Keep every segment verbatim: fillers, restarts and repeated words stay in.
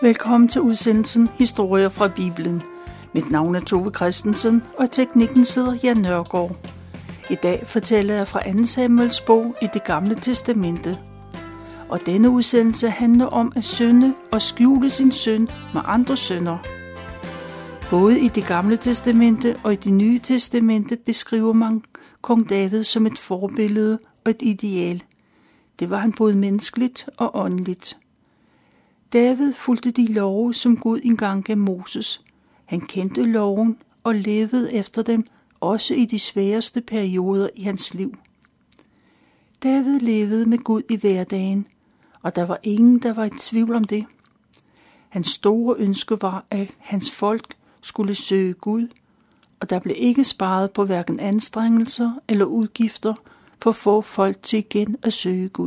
Velkommen til udsendelsen Historier fra Bibelen. Mit navn er Tove Christensen, og i teknikken sidder Jan Nørgaard. I dag fortæller jeg fra anden Samuels bog i Det Gamle Testamente. Og denne udsendelse handler om at synde og skjule sin synd med andre synder. Både i Det Gamle Testamente og i Det Nye Testamente beskriver man kong David som et forbillede og et ideal. Det var han både menneskeligt og åndeligt. David fulgte de love, som Gud engang gav Moses. Han kendte loven og levede efter dem, også i de sværeste perioder i hans liv. David levede med Gud i hverdagen, og der var ingen, der var i tvivl om det. Hans store ønske var, at hans folk skulle søge Gud, og der blev ikke sparet på hverken anstrengelser eller udgifter for at få folk til igen at søge Gud.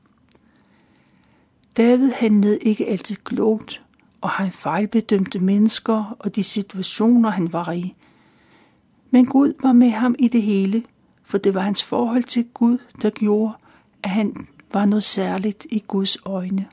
David handlede ikke altid klogt, og han fejlbedømte mennesker og de situationer, han var i. Men Gud var med ham i det hele, for det var hans forhold til Gud, der gjorde, at han var noget særligt i Guds øjne.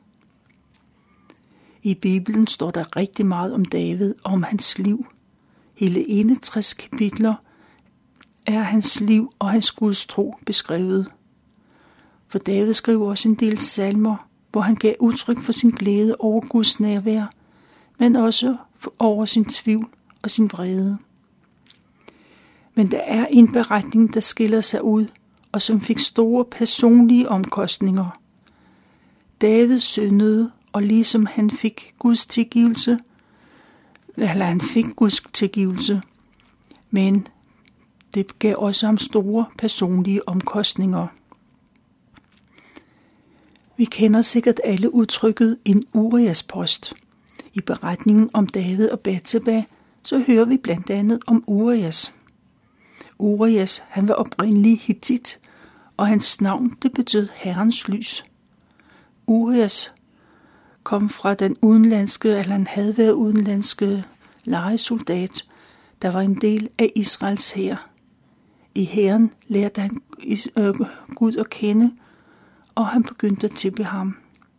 I Bibelen står der rigtig meget om David og om hans liv. Hele enogtres kapitler er hans liv og hans Guds tro beskrevet. For David skriver også en del salmer, hvor han gav udtryk for sin glæde over Guds nærvær, men også over sin tvivl og sin vrede. Men der er en beretning, der skiller sig ud, og som fik store personlige omkostninger. David syndede, og ligesom han fik Guds tilgivelse, eller han fik Guds tilgivelse, men det gav også ham store personlige omkostninger. Vi kender sikkert alle udtrykket en Urias post. I beretningen om David og Batseba, så hører vi blandt andet om Urias. Urias, han var oprindelig hittit, og hans navn, det betød Herrens lys. Urias kom fra den udenlandske, eller han havde været udenlandske lejesoldat, der var en del af Israels hær. I hæren lærte han øh, Gud at kende, og han begyndte at tilbe ham.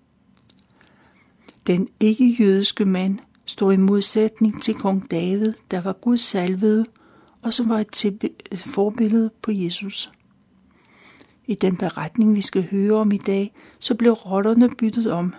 Den ikke-jødiske mand stod i modsætning til kong David, der var Guds salvede, og som var et, tilbe- et forbillede på Jesus. I den beretning, vi skal høre om i dag, så blev rollerne byttet om.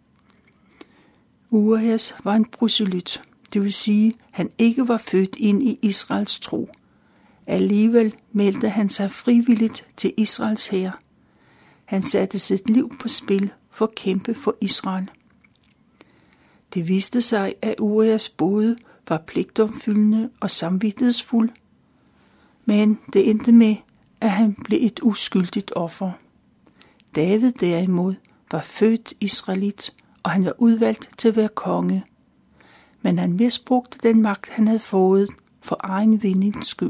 Urias var en proselyt, det vil sige, han ikke var født ind i Israels tro. Alligevel meldte han sig frivilligt til Israels hær. Han satte sit liv på spil for at kæmpe for Israel. Det viste sig, at Urias både var pligtopfyldende og samvittighedsfuld, men det endte med, at han blev et uskyldigt offer. David derimod var født israelit, og han var udvalgt til at være konge. Men han misbrugte den magt, han havde fået for egen vindings skyld.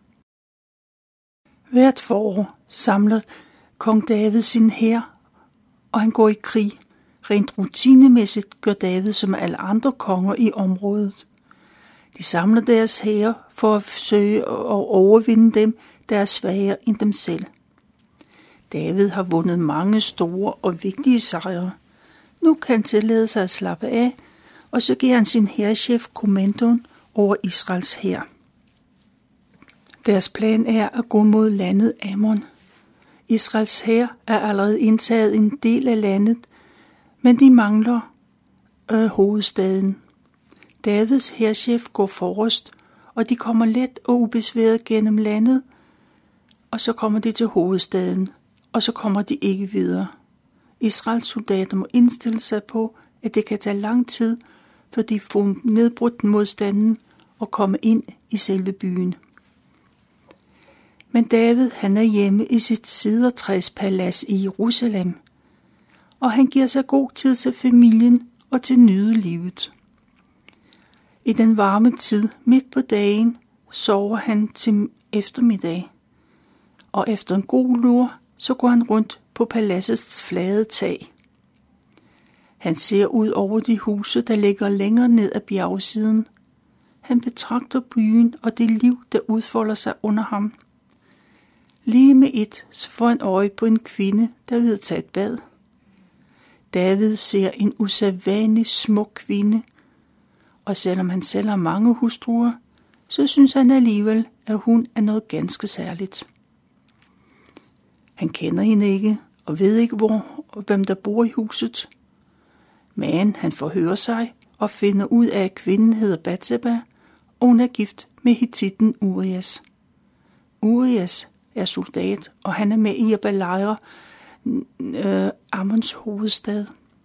Hvert forår samler kong David sin hær, og han går i krig. Rent rutinemæssigt gør David som alle andre konger i området. De samler deres hære for at forsøge at overvinde dem, der er svagere end dem selv. David har vundet mange store og vigtige sejre. Nu kan han tillade sig at slappe af, og så giver han sin hærchef kommandoen over Israels hær. Deres plan er at gå mod landet Ammon. Israels hær er allerede indtaget en del af landet, men de mangler øh, hovedstaden. Davids hærchef går forrest, og de kommer let og ubesværet gennem landet, og så kommer de til hovedstaden, og så kommer de ikke videre. Israels soldater må indstille sig på, at det kan tage lang tid, før de får nedbrudt modstanden og komme ind i selve byen. Men David, han er hjemme i sit cedertræspalads i Jerusalem, og han giver sig god tid til familien og til nyde livet. I den varme tid midt på dagen sover han til eftermiddag, og efter en god lur, så går han rundt på paladsets flade tag. Han ser ud over de huse, der ligger længere ned ad bjergsiden. Han betragter byen og det liv, der udfolder sig under ham. Lige med et, så får han øje på en kvinde, der vil tage et bad. David ser en usædvanlig smuk kvinde, og selvom han selv har mange hustruer, så synes han alligevel, at hun er noget ganske særligt. Han kender hende ikke, og ved ikke, hvor og hvem der bor i huset. Men han forhører sig og finder ud af, at kvinden hedder Batseba, og hun er gift med hittitten Urias. Urias er soldat, og han er med i at belejre øh, Ammons hovedstad.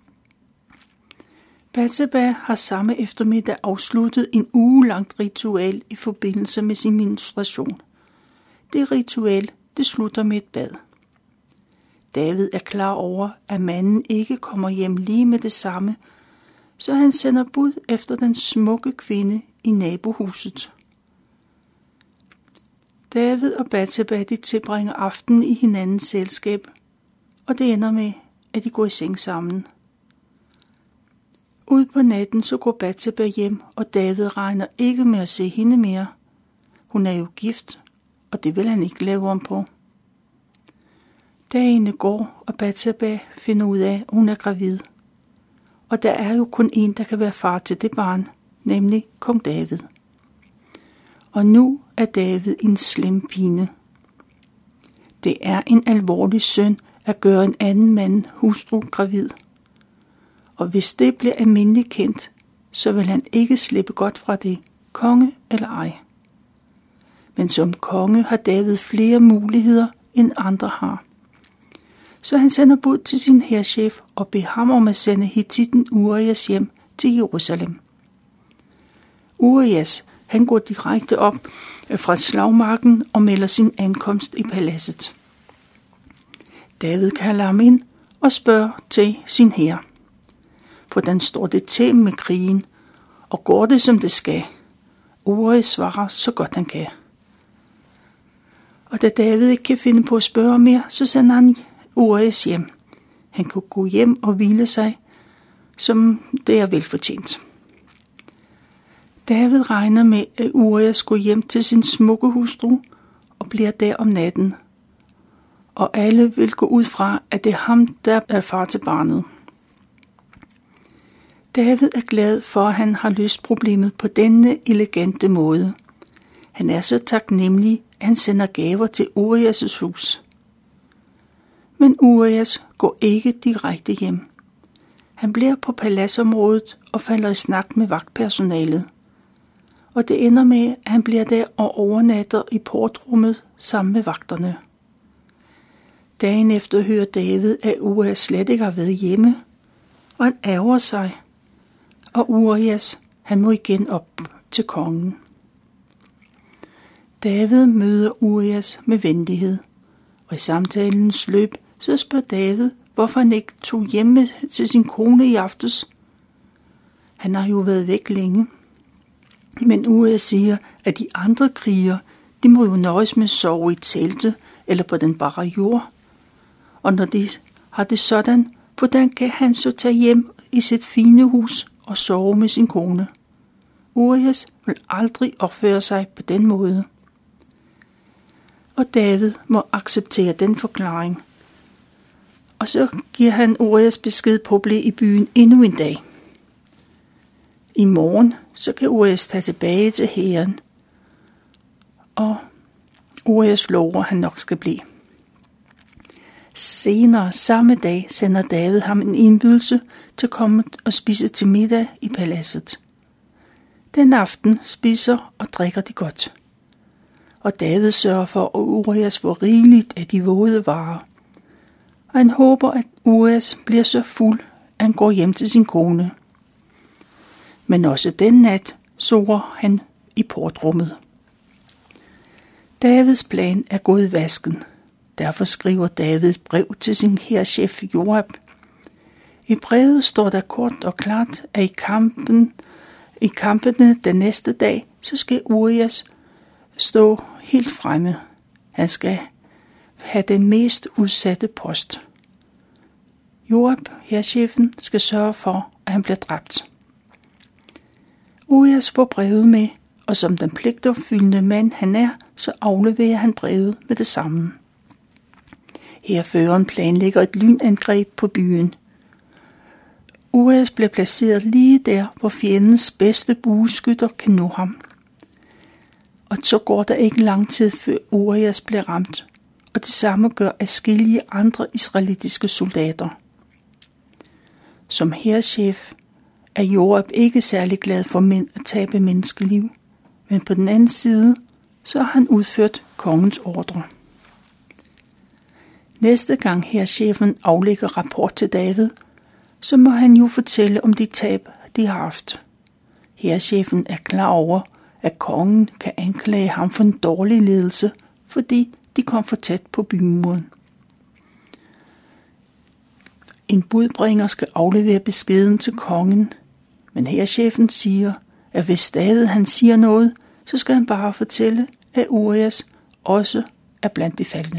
Batseba har samme eftermiddag afsluttet en ugelangt ritual i forbindelse med sin menstruation. Det ritual, det slutter med et bad. David er klar over, at manden ikke kommer hjem lige med det samme, så han sender bud efter den smukke kvinde i nabohuset. David og Batseba, de tilbringer aftenen i hinandens selskab, og det ender med, at de går i seng sammen. Ud på natten så går Batseba hjem, og David regner ikke med at se hende mere. Hun er jo gift, og det vil han ikke lave om på. Dagene går, og Batseba finder ud af, at hun er gravid. Og der er jo kun en, der kan være far til det barn, nemlig kong David. Og nu er David en slem pine. Det er en alvorlig synd at gøre en anden mand hustru gravid. Og hvis det bliver almindeligt kendt, så vil han ikke slippe godt fra det, konge eller ej. Men som konge har David flere muligheder, end andre har. Så han sender bud til sin hærchef og beder ham om at sende hittitten Urias hjem til Jerusalem. Urias, han går direkte op fra slagmarken og melder sin ankomst i paladset. David kalder ham ind og spørger til sin hær. Hvordan står det til med krigen, og går det som det skal? Urias svarer så godt han kan. Og da David ikke kan finde på at spørge mere, så sender han Urias hjem. Han kunne gå hjem og hvile sig, som det er velfortjent. David regner med, at Urias går hjem til sin smukke hustru og bliver der om natten. Og alle vil gå ud fra, at det er ham, der er far til barnet. David er glad for, at han har løst problemet på denne elegante måde. Han er så taknemmelig, at han sender gaver til Urias' hus. Men Urias går ikke direkte hjem. Han bliver på paladsområdet og falder i snak med vagtpersonalet. Og det ender med, at han bliver der og overnatter i portrummet sammen med vagterne. Dagen efter hører David, at Urias slet ikke har været hjemme, og han ærger sig. Og Urias, han må igen op til kongen. David møder Urias med venlighed, og i samtalens løb så spørger David, hvorfor han ikke tog hjemme til sin kone i aftes. Han har jo været væk længe. Men Urias siger, at de andre krigere, de må jo nøjes med at sove i telte eller på den bare jord. Og når de har det sådan, hvordan kan han så tage hjem i sit fine hus og sove med sin kone? Urias vil aldrig opføre sig på den måde. Og David må acceptere den forklaring. Og så giver han Urias besked på at blive i byen endnu en dag. I morgen så kan Urias tage tilbage til hæren, og Urias lover, han nok skal blive. Senere samme dag sender David ham en indbydelse til at komme og spise til middag i paladset. Den aften spiser og drikker de godt. Og David sørger for, at Urias får rigeligt af de våde varer. Og han håber, at Urias bliver så fuld, at han går hjem til sin kone. Men også den nat sover han i portrummet. Davids plan er gået i vasken. Derfor skriver David et brev til sin hærchef Joab. I brevet står der kort og klart, at i kampen, i kampene den næste dag, så skal Urias stå helt fremme. Han skal have den mest udsatte post. Joab, hærchefen, skal sørge for, at han bliver dræbt. Urias får brevet med, og som den pligtopfyldende mand han er, så afleverer han brevet med det samme. Hærføreren planlægger et lynangreb på byen, Urias blev placeret lige der, hvor fjendens bedste bueskytter kan nå ham. Og så går der ikke lang tid, før Urias bliver ramt, og det samme gør adskillige andre israelitiske soldater. Som hærchef er Joab ikke særlig glad for at tabe menneskeliv, men på den anden side, så har han udført kongens ordre. Næste gang hærchefen aflægger rapport til David, så må han jo fortælle om de tab, de har haft. Hærchefen er klar over, at kongen kan anklage ham for en dårlig ledelse, fordi de kom for tæt på bymuren. En budbringer skal aflevere beskeden til kongen, men hærchefen siger, at hvis David han siger noget, så skal han bare fortælle, at Urias også er blandt de faldne.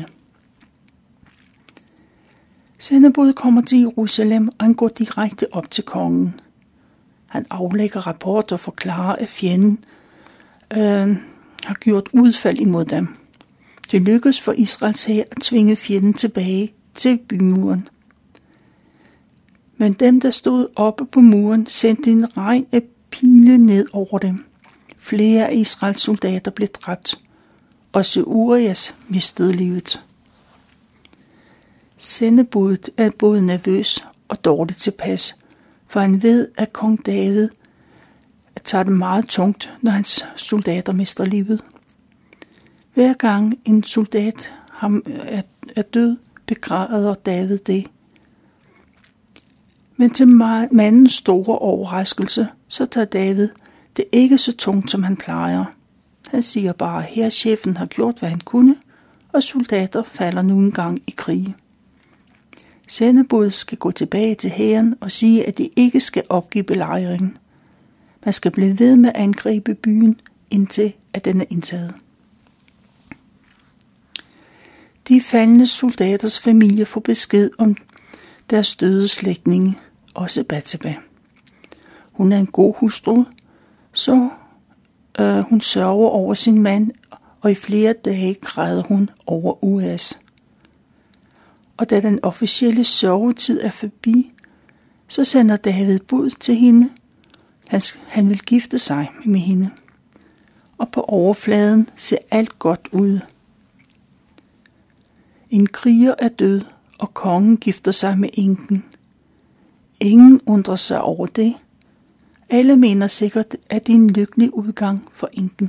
Sendebud kommer til Jerusalem, og han går direkte op til kongen. Han aflægger rapport og forklarer, at fjenden øh, har gjort udfald imod dem. Det lykkes for Israels hær at tvinge fjenden tilbage til bymuren. Men dem, der stod oppe på muren, sendte en regn af pile ned over dem. Flere af Israels soldater blev dræbt. Også Urias mistede livet. Sendebuddet er både nervøs og dårligt tilpas, for han ved, at kong David tager det meget tungt, når hans soldater mister livet. Hver gang en soldat er død, begræder David det. Men til mandens store overraskelse, så tager David det ikke så tungt, som han plejer. Han siger bare, at hærchefen har gjort, hvad han kunne, og soldater falder nu engang i krig. Sendebud skal gå tilbage til hæren og sige, at de ikke skal opgive belejringen. Man skal blive ved med at angribe byen, indtil at den er indtaget. De faldne soldaters familie får besked om deres døde slægtninge, også Batseba. Hun er en god hustru, så øh, hun sørger over sin mand, og i flere dage græder hun over Urias. Og da den officielle sørgetid er forbi, så sender David bud til hende. Han, han vil gifte sig med hende. Og på overfladen ser alt godt ud. En kriger er død, og kongen gifter sig med enken. Ingen undrer sig over det. Alle mener sikkert, at det er en lykkelig udgang for enken.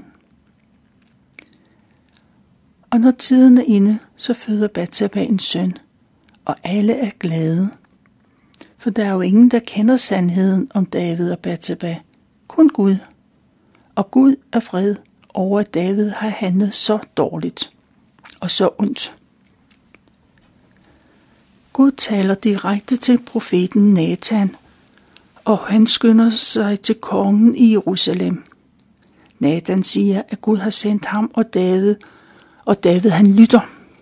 Og når tiden er inde, så føder Batseba en søn, og alle er glade. For der er jo ingen, der kender sandheden om David og Batseba. Kun Gud. Og Gud er fred over, at David har handlet så dårligt og så ondt. Gud taler direkte til profeten Nathan, og han skynder sig til kongen i Jerusalem. Nathan siger, at Gud har sendt ham og David, og David han lytter.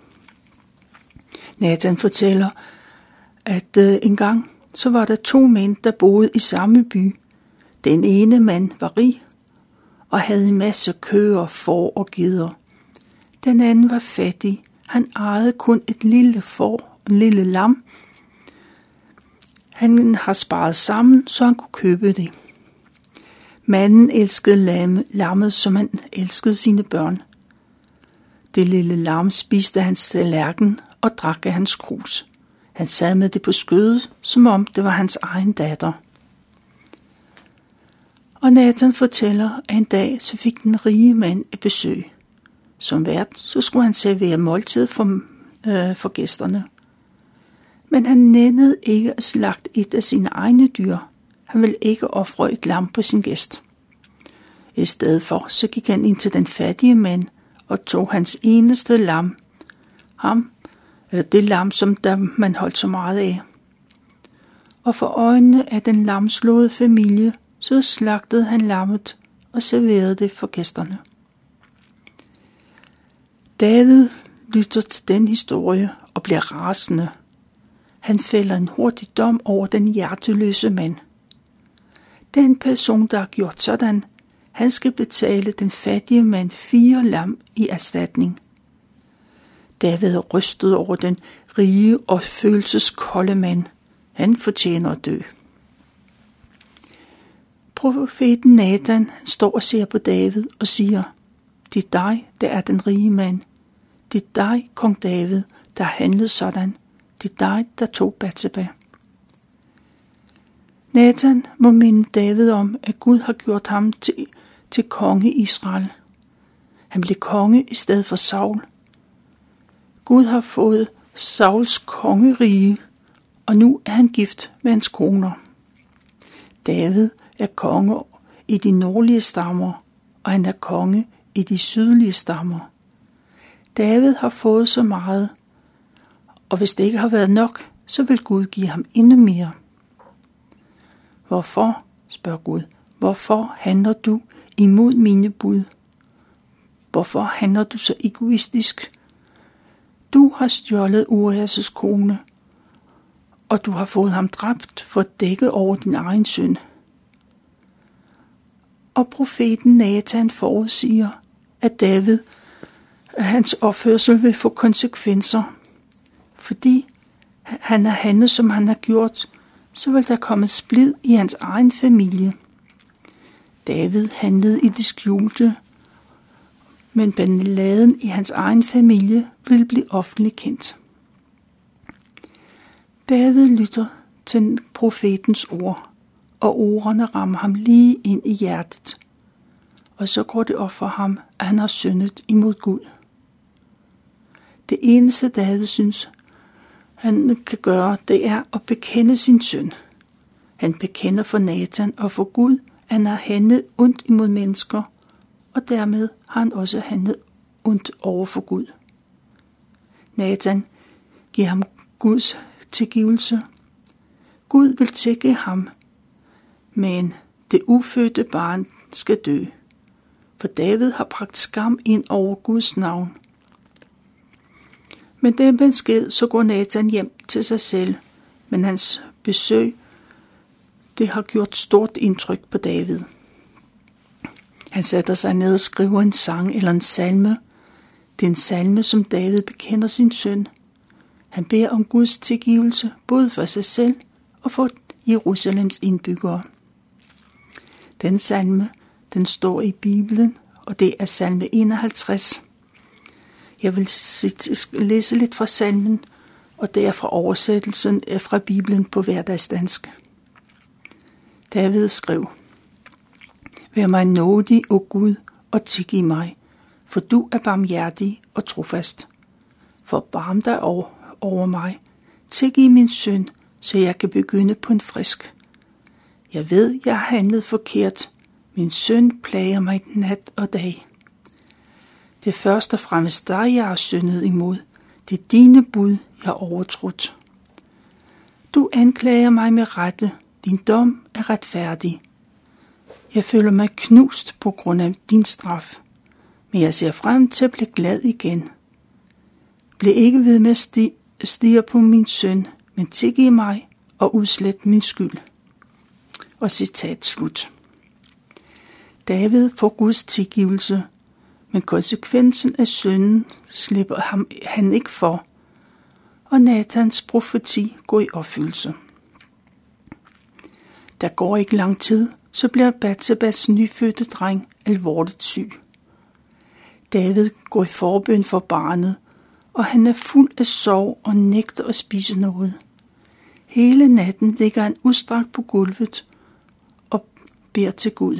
Nathan fortæller, at øh, engang så var der to mænd, der boede i samme by. Den ene mand var rig og havde en masse køer, får og geder. Den anden var fattig. Han ejede kun et lille får, en lille lam. Han har sparet sammen, så han kunne købe det. Manden elskede lam, lammet, som han elskede sine børn. Det lille lam spiste hans tallerken og drak af hans krus. Han sad med det på skødet, som om det var hans egen datter. Og Nathan fortæller, at en dag så fik den rige mand et besøg. Som vært, så skulle han servere måltid for, øh, for gæsterne. Men han nændede ikke at slagte et af sine egne dyr. Han ville ikke ofre et lam på sin gæst. I stedet for, så gik han ind til den fattige mand og tog hans eneste lam. Ham, eller det lam, som der man holdt så meget af. Og for øjnene af den lamslåede familie, så slagtede han lammet og serverede det for gæsterne. David lytter til den historie og bliver rasende. Han fælder en hurtig dom over den hjerteløse mand. Den person, der har gjort sådan, han skal betale den fattige mand fire lam i erstatning. David er rystet over den rige og følelseskolde mand. Han fortjener at dø. Profeten Nathan står og ser på David og siger, det er dig, der er den rige mand. Det er dig, kong David, der har handlet sådan. Det er dig, der tog Batseba. Nathan må minde David om, at Gud har gjort ham til, til konge i Israel. Han blev konge i stedet for Saul. Gud har fået Sauls kongerige, og nu er han gift med hans koner. David er konge i de nordlige stammer, og han er konge i de sydlige stammer. David har fået så meget, og hvis det ikke har været nok, så vil Gud give ham endnu mere. Hvorfor, spørger Gud, hvorfor handler du imod mine bud? Hvorfor handler du så egoistisk? Du har stjålet Urias' kone, og du har fået ham dræbt for at dække over din egen synd. Og profeten Nathan forudsiger, at David, at hans opførsel vil få konsekvenser, fordi han har handlet, som han har gjort, så vil der komme splid i hans egen familie. David handlede i det skjulte, men balladen i hans egen familie vil blive offentligt kendt. David lytter til profetens ord, og ordene rammer ham lige ind i hjertet. Og så går det op for ham, at han har syndet imod Gud. Det eneste David synes, han kan gøre, det er at bekende sin synd. Han bekender for Nathan og for Gud, at han har handlet ondt imod mennesker, og dermed har han også handlet ondt over for Gud. Nathan giver ham Guds tilgivelse. Gud vil tilgive ham, men det ufødte barn skal dø, for David har bragt skam ind over Guds navn. Men den besked, så går Nathan hjem til sig selv, men hans besøg, det har gjort stort indtryk på David. Han sætter sig ned og skriver en sang eller en salme. Det er en salme, som David bekender sin synd. Han beder om Guds tilgivelse, både for sig selv og for Jerusalems indbyggere. Den salme, den står i Bibelen, og det er salme enoghalvtreds. Jeg vil læse lidt fra salmen, og det er fra oversættelsen fra Bibelen på hverdagsdansk. David skrev: Vær mig nådig, o Gud, og tilgiv mig, for du er barmhjertig og trofast. Forbarm dig over, over mig, tilgiv min synd, så jeg kan begynde på en frisk. Jeg ved, jeg har handlet forkert. Min synd plager mig nat og dag. Det er først og fremmest dig, jeg har syndet imod. Det er dine bud, jeg har overtrudt. Du anklager mig med rette. Din dom er retfærdig. Jeg føler mig knust på grund af din straf, men jeg ser frem til at blive glad igen. Bliv ikke ved med at stige på min synd, men tilgiv mig og udslet min skyld. Og citat slut. David får Guds tilgivelse, men konsekvensen af synden slipper ham, han ikke for, og Nathans profeti går i opfyldelse. Der går ikke lang tid, så bliver Batsebas nyfødte dreng alvorligt syg. David går i forbøn for barnet, og han er fuld af sorg og nægter at spise noget. Hele natten ligger han udstrakt på gulvet og beder til Gud.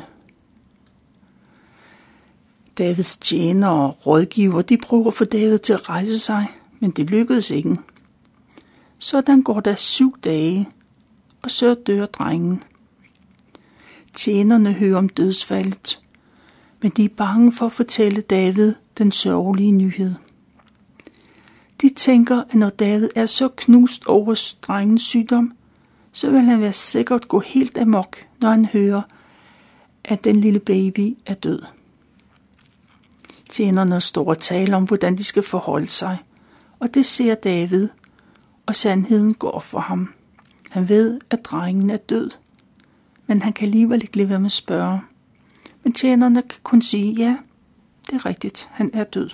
Davids tjenere og rådgiver, de prøver at få David til at rejse sig, men det lykkedes ikke. Sådan går der syv dage, og så dør drengen. Tjenerne hører om dødsfaldet, men de er bange for at fortælle David den sørgelige nyhed. De tænker, at når David er så knust over drengens sygdom, så vil han være sikkert gå helt amok, når han hører, at den lille baby er død. Tjenerne står og taler om, hvordan de skal forholde sig, og det ser David, og sandheden går for ham. Han ved, at drengen er død, men han kan alligevel ikke lade være med at spørge. Men tjenerne kan kun sige, ja, det er rigtigt, han er død.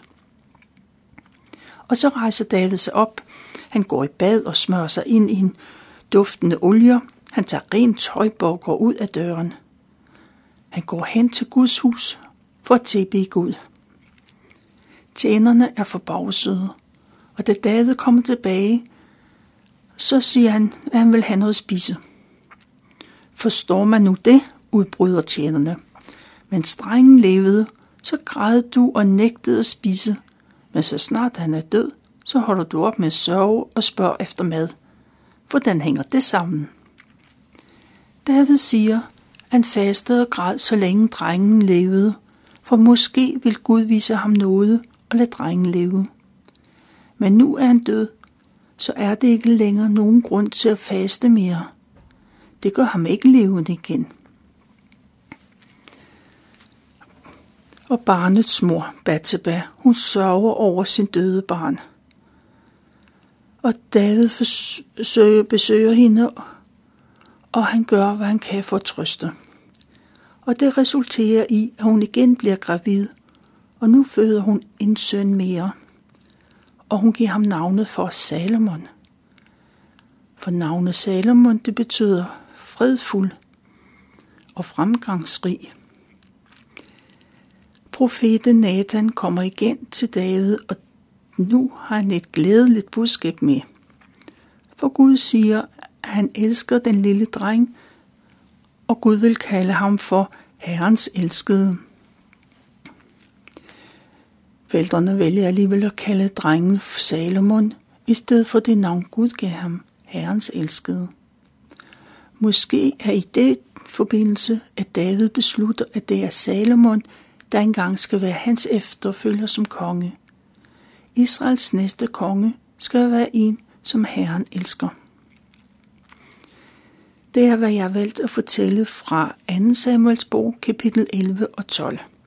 Og så rejser David sig op. Han går i bad og smører sig ind i en duftende olier. Han tager rent tøj og går ud af døren. Han går hen til Guds hus for at tilbede Gud. Tjenerne er forbavsede, og da David kommer tilbage, så siger han, at han vil have noget at spise. Forstår man nu det, udbryder tjenerne. Mens drengen levede, så græd du og nægtede at spise, men så snart han er død, så holder du op med at sørge og spørger efter mad. Hvordan hænger det sammen? David siger, at han fastede og græd, så længe drengen levede, for måske vil Gud vise ham noget og lade drengen leve. Men nu er han død, så er det ikke længere nogen grund til at faste mere. Det gør ham ikke levende igen. Og barnets mor, Batseba, hun sørger over sin døde barn. Og David forsøger, besøger hende, og han gør, hvad han kan for at trøste. Og det resulterer i, at hun igen bliver gravid, og nu føder hun en søn mere. Og hun giver ham navnet for Salomon. For navnet Salomon, det betyder fredfuld og fremgangsrig. Profeten Nathan kommer igen til David, og nu har han et glædeligt budskab med. For Gud siger, at han elsker den lille dreng, og Gud vil kalde ham for Herrens elskede. Forældrene vælger alligevel at kalde drengen Salomon, i stedet for det navn Gud gav ham, Herrens elskede. Måske er i det forbindelse, at David beslutter, at det er Salomon, der engang skal være hans efterfølger som konge. Israels næste konge skal være en, som Herren elsker. Det er, hvad jeg har valgt at fortælle fra anden Samuels bog, kapitel elleve og tolv.